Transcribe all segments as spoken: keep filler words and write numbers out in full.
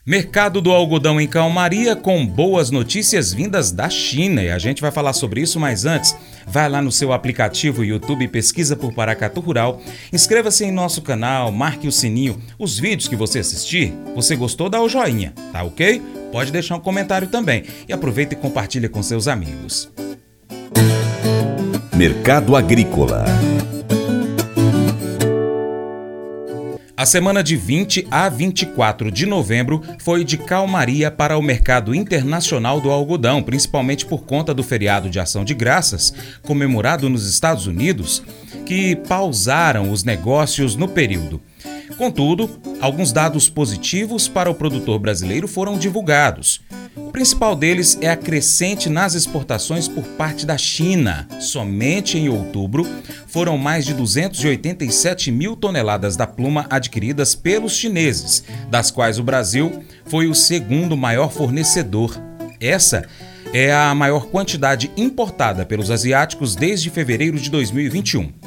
Mercado do algodão em calmaria com boas notícias vindas da China. E a gente vai falar sobre isso, mas antes, vai lá no seu aplicativo YouTube, pesquisa por Paracatu Rural, inscreva-se em nosso canal, marque o sininho. Os vídeos que você assistir, você gostou, dá o joinha, tá ok? Pode deixar um comentário também e aproveita e compartilha com seus amigos. Mercado Agrícola. A semana de vinte a vinte e quatro de novembro foi de calmaria para o mercado internacional do algodão, principalmente por conta do feriado de Ação de Graças, comemorado nos Estados Unidos, que pausaram os negócios no período. Contudo, alguns dados positivos para o produtor brasileiro foram divulgados. O principal deles é a crescente nas exportações por parte da China. Somente em outubro, foram mais de duzentos e oitenta e sete mil toneladas da pluma adquiridas pelos chineses, das quais o Brasil foi o segundo maior fornecedor. Essa é a maior quantidade importada pelos asiáticos desde fevereiro de dois mil e vinte e um.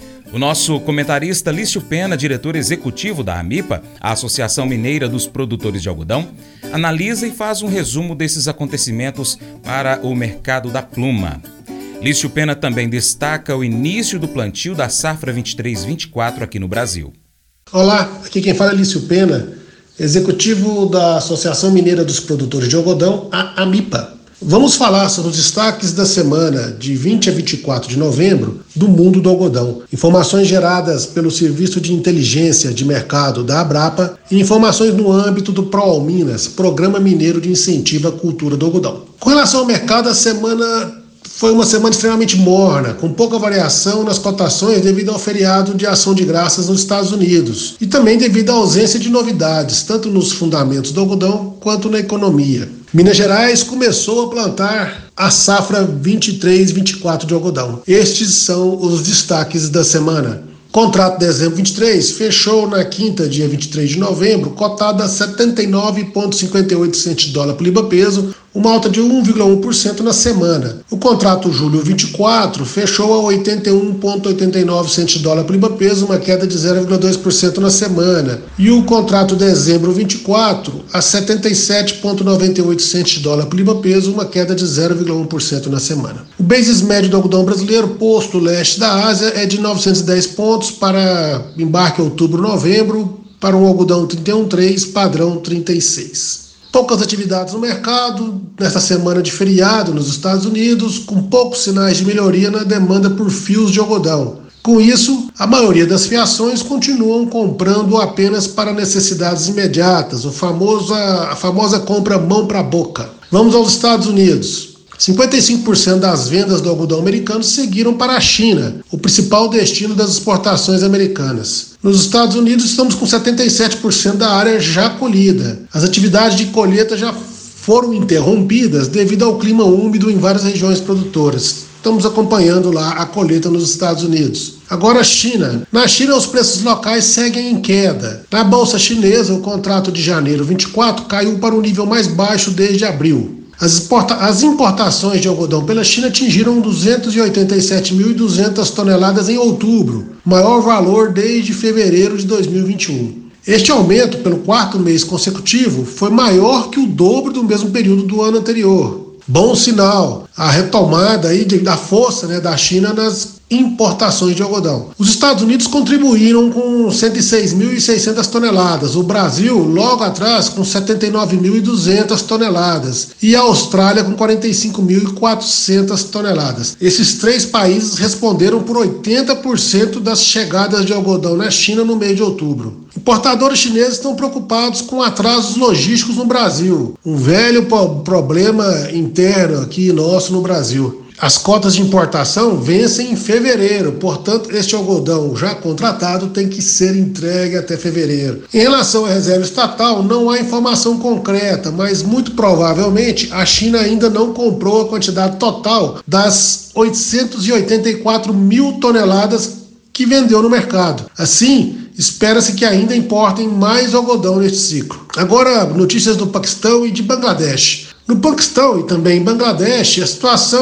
O nosso comentarista Lício Pena, diretor executivo da AMIPA, a Associação Mineira dos Produtores de Algodão, analisa e faz um resumo desses acontecimentos para o mercado da pluma. Lício Pena também destaca o início do plantio da safra vinte e três vinte e quatro aqui no Brasil. Olá, aqui quem fala é Lício Pena, executivo da Associação Mineira dos Produtores de Algodão, a AMIPA. Vamos falar sobre os destaques da semana de vinte a vinte e quatro de novembro do mundo do algodão. Informações geradas pelo Serviço de Inteligência de Mercado da Abrapa e informações no âmbito do ProAlminas, Programa Mineiro de Incentivo à Cultura do Algodão. Com relação ao mercado, a semana foi uma semana extremamente morna, com pouca variação nas cotações devido ao feriado de Ação de Graças nos Estados Unidos e também devido à ausência de novidades, tanto nos fundamentos do algodão quanto na economia. Minas Gerais começou a plantar a safra vinte e três vinte e quatro de algodão. Estes são os destaques da semana. Contrato de dezembro vinte e três fechou na quinta, dia vinte e três de novembro, cotado a setenta e nove vírgula cinquenta e oito centavos de dólar por libra-peso, uma alta de um vírgula um por cento na semana. O contrato julho vinte e quatro fechou a oitenta e um vírgula oitenta e nove centavos de dólar por libra-peso, uma queda de zero vírgula dois por cento na semana. E o contrato dezembro vinte e quatro a setenta e sete vírgula noventa e oito centavos de dólar por libra-peso, uma queda de zero vírgula um por cento na semana. O basis médio do algodão brasileiro, posto leste da Ásia, é de novecentos e dez pontos para embarque outubro-novembro, para um algodão trinta e um vírgula três, padrão trinta e seis. Poucas atividades no mercado, nesta semana de feriado nos Estados Unidos, com poucos sinais de melhoria na demanda por fios de algodão. Com isso, a maioria das fiações continuam comprando apenas para necessidades imediatas, o famoso, a famosa compra mão para boca. Vamos aos Estados Unidos. cinquenta e cinco por cento das vendas do algodão americano seguiram para a China, o principal destino das exportações americanas. Nos Estados Unidos, estamos com setenta e sete por cento da área já colhida. As atividades de colheita já foram interrompidas devido ao clima úmido em várias regiões produtoras. Estamos acompanhando lá a colheita nos Estados Unidos. Agora a China. Na China, os preços locais seguem em queda. Na bolsa chinesa, o contrato de janeiro vinte e quatro caiu para o nível mais baixo desde abril. As, exporta- as importações de algodão pela China atingiram duzentos e oitenta e sete mil e duzentas toneladas em outubro, maior valor desde fevereiro de dois mil e vinte e um. Este aumento, pelo quarto mês consecutivo, foi maior que o dobro do mesmo período do ano anterior. Bom sinal, a retomada aí de, da força, né, da China nas importações de algodão. Os Estados Unidos contribuíram com cento e seis mil e seiscentas toneladas, o Brasil logo atrás com setenta e nove mil e duzentas toneladas e a Austrália com quarenta e cinco mil e quatrocentas toneladas. Esses três países responderam por oitenta por cento das chegadas de algodão na China no mês de outubro. Importadores chineses estão preocupados com atrasos logísticos no Brasil, um velho problema interno aqui nosso no Brasil. As cotas de importação vencem em fevereiro, portanto, este algodão já contratado tem que ser entregue até fevereiro. Em relação à reserva estatal, não há informação concreta, mas muito provavelmente a China ainda não comprou a quantidade total das oitocentos e oitenta e quatro mil toneladas que vendeu no mercado. Assim, espera-se que ainda importem mais algodão neste ciclo. Agora, notícias do Paquistão e de Bangladesh. No Paquistão e também em Bangladesh, a situação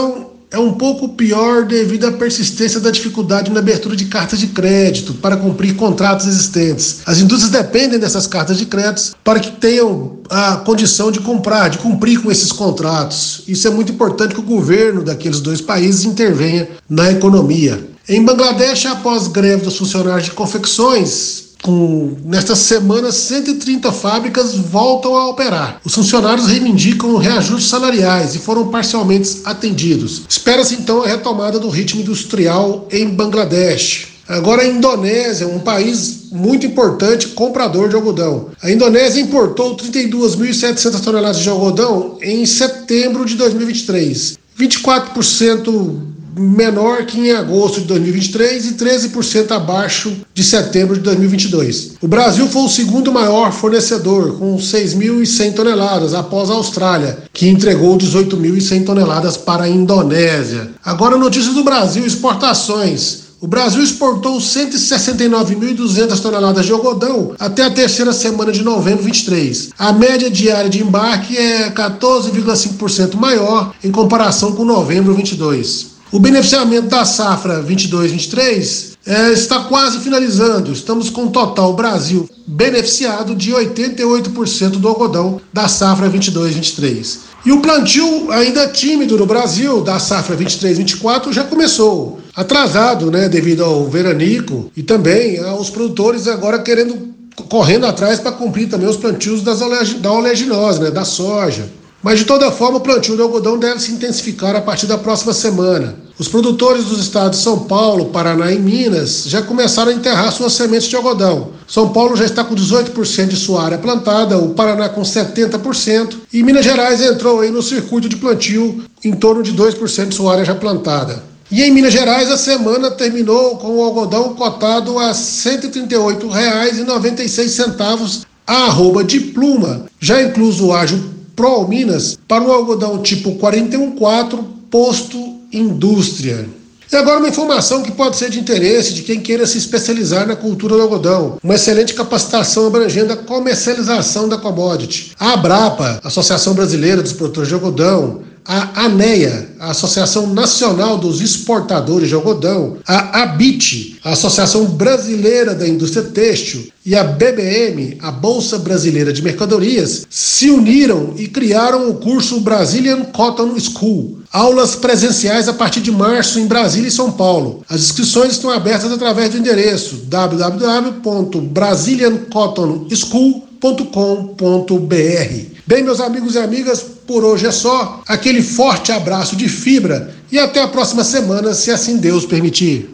é um pouco pior devido à persistência da dificuldade na abertura de cartas de crédito para cumprir contratos existentes. As indústrias dependem dessas cartas de crédito para que tenham a condição de comprar, de cumprir com esses contratos. Isso é muito importante que o governo daqueles dois países intervenha na economia. Em Bangladesh, após greve dos funcionários de confecções, Com, nesta semana, cento e trinta fábricas voltam a operar. Os funcionários reivindicam reajustes salariais e foram parcialmente atendidos. Espera-se então a retomada do ritmo industrial em Bangladesh. Agora a Indonésia, um país muito importante, comprador de algodão. A Indonésia importou trinta e duas mil e setecentas toneladas de algodão em setembro de dois mil e vinte e três, vinte e quatro por cento menor que em agosto de dois mil e vinte e três e treze por cento abaixo de setembro de dois mil e vinte e dois. O Brasil foi o segundo maior fornecedor, com seis mil e cem toneladas, após a Austrália, que entregou dezoito mil e cem toneladas para a Indonésia. Agora, notícias do Brasil, exportações. O Brasil exportou cento e sessenta e nove mil e duzentas toneladas de algodão até a terceira semana de novembro de vinte e três. A média diária de embarque é quatorze vírgula cinco por cento maior em comparação com novembro de vinte e dois. O beneficiamento da safra vinte e dois vinte e três é, está quase finalizando. Estamos com o total Brasil beneficiado de oitenta e oito por cento do algodão da safra vinte e dois vinte e três. E o plantio ainda tímido no Brasil da safra vinte e três vinte e quatro já começou. Atrasado, né, devido ao veranico e também aos produtores agora querendo, correndo atrás para cumprir também os plantios das olegi, da oleaginose, né, da soja. Mas, de toda forma, o plantio do algodão deve se intensificar a partir da próxima semana. Os produtores dos estados de São Paulo, Paraná e Minas já começaram a enterrar suas sementes de algodão. São Paulo já está com dezoito por cento de sua área plantada, o Paraná com setenta por cento e Minas Gerais entrou aí no circuito de plantio em torno de dois por cento de sua área já plantada. E em Minas Gerais, a semana terminou com o algodão cotado a cento e trinta e oito reais e noventa e seis centavos a arroba de pluma, já incluso o ágio Pro Minas, para o algodão tipo quarenta e um quatro, posto indústria. E agora uma informação que pode ser de interesse de quem queira se especializar na cultura do algodão. Uma excelente capacitação abrangendo a comercialização da commodity. A Abrapa, Associação Brasileira dos Produtores de Algodão, a ANEA, a Associação Nacional dos Exportadores de Algodão, a ABIT, a Associação Brasileira da Indústria Têxtil, e a B B M, a Bolsa Brasileira de Mercadorias, se uniram e criaram o curso Brazilian Cotton School. Aulas presenciais a partir de março em Brasília e São Paulo. As inscrições estão abertas através do endereço w w w ponto brazilian cotton school ponto com ponto b r. Bem, meus amigos e amigas, por hoje é só. Aquele forte abraço de fibra e até a próxima semana, se assim Deus permitir.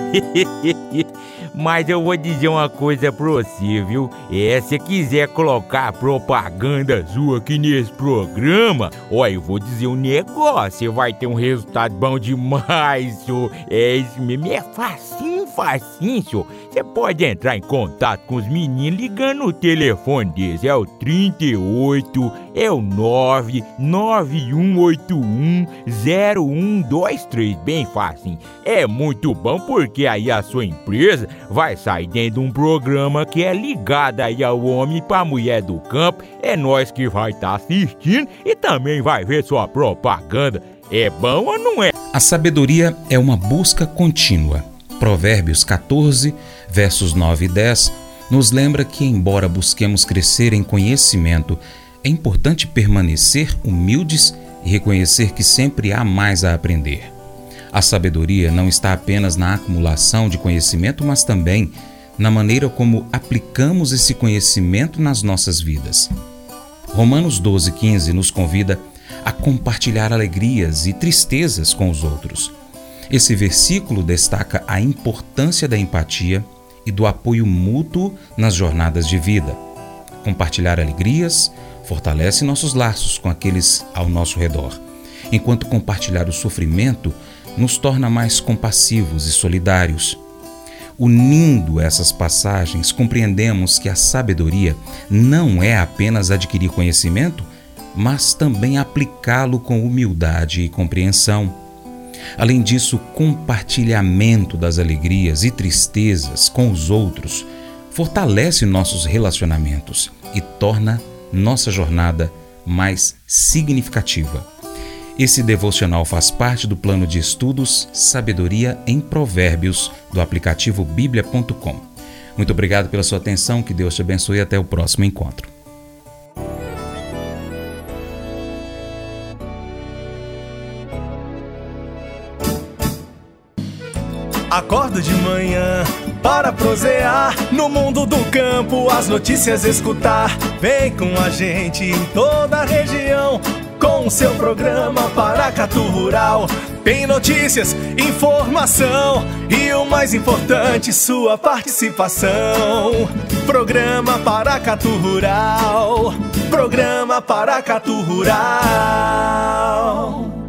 Mas eu vou dizer uma coisa pra você, viu? É, se quiser colocar propaganda sua aqui nesse programa, ó, eu vou dizer um negócio, você vai ter um resultado bom demais, senhor. É isso mesmo, é facinho, facinho, senhor. Você pode entrar em contato com os meninos ligando o telefone deles, é o trinta e oito, é o nove nove um oito um zero um dois três, bem facinho. É muito bom porque aí a sua empresa vai sair dentro de um programa que é ligado aí ao homem para a mulher do campo. É nós que vai estar tá assistindo e também vai ver sua propaganda. É bom ou não é? A sabedoria é uma busca contínua. Provérbios quatorze, versos nove e dez, nos lembra que, embora busquemos crescer em conhecimento, é importante permanecer humildes e reconhecer que sempre há mais a aprender. A sabedoria não está apenas na acumulação de conhecimento, mas também na maneira como aplicamos esse conhecimento nas nossas vidas. Romanos doze, quinze nos convida a compartilhar alegrias e tristezas com os outros. Esse versículo destaca a importância da empatia e do apoio mútuo nas jornadas de vida. Compartilhar alegrias fortalece nossos laços com aqueles ao nosso redor, enquanto compartilhar o sofrimento nos torna mais compassivos e solidários. Unindo essas passagens, compreendemos que a sabedoria não é apenas adquirir conhecimento, mas também aplicá-lo com humildade e compreensão. Além disso, o compartilhamento das alegrias e tristezas com os outros fortalece nossos relacionamentos e torna nossa jornada mais significativa. Esse devocional faz parte do plano de estudos Sabedoria em Provérbios do aplicativo bíblia ponto com. Muito obrigado pela sua atenção, que Deus te abençoe e até o próximo encontro. Acordo de manhã para prosear no mundo do campo, as notícias escutar. Vem com a gente em toda a região com o seu programa Paracatu Rural. Tem notícias, informação e o mais importante, sua participação. Programa Paracatu Rural. Programa Paracatu Rural.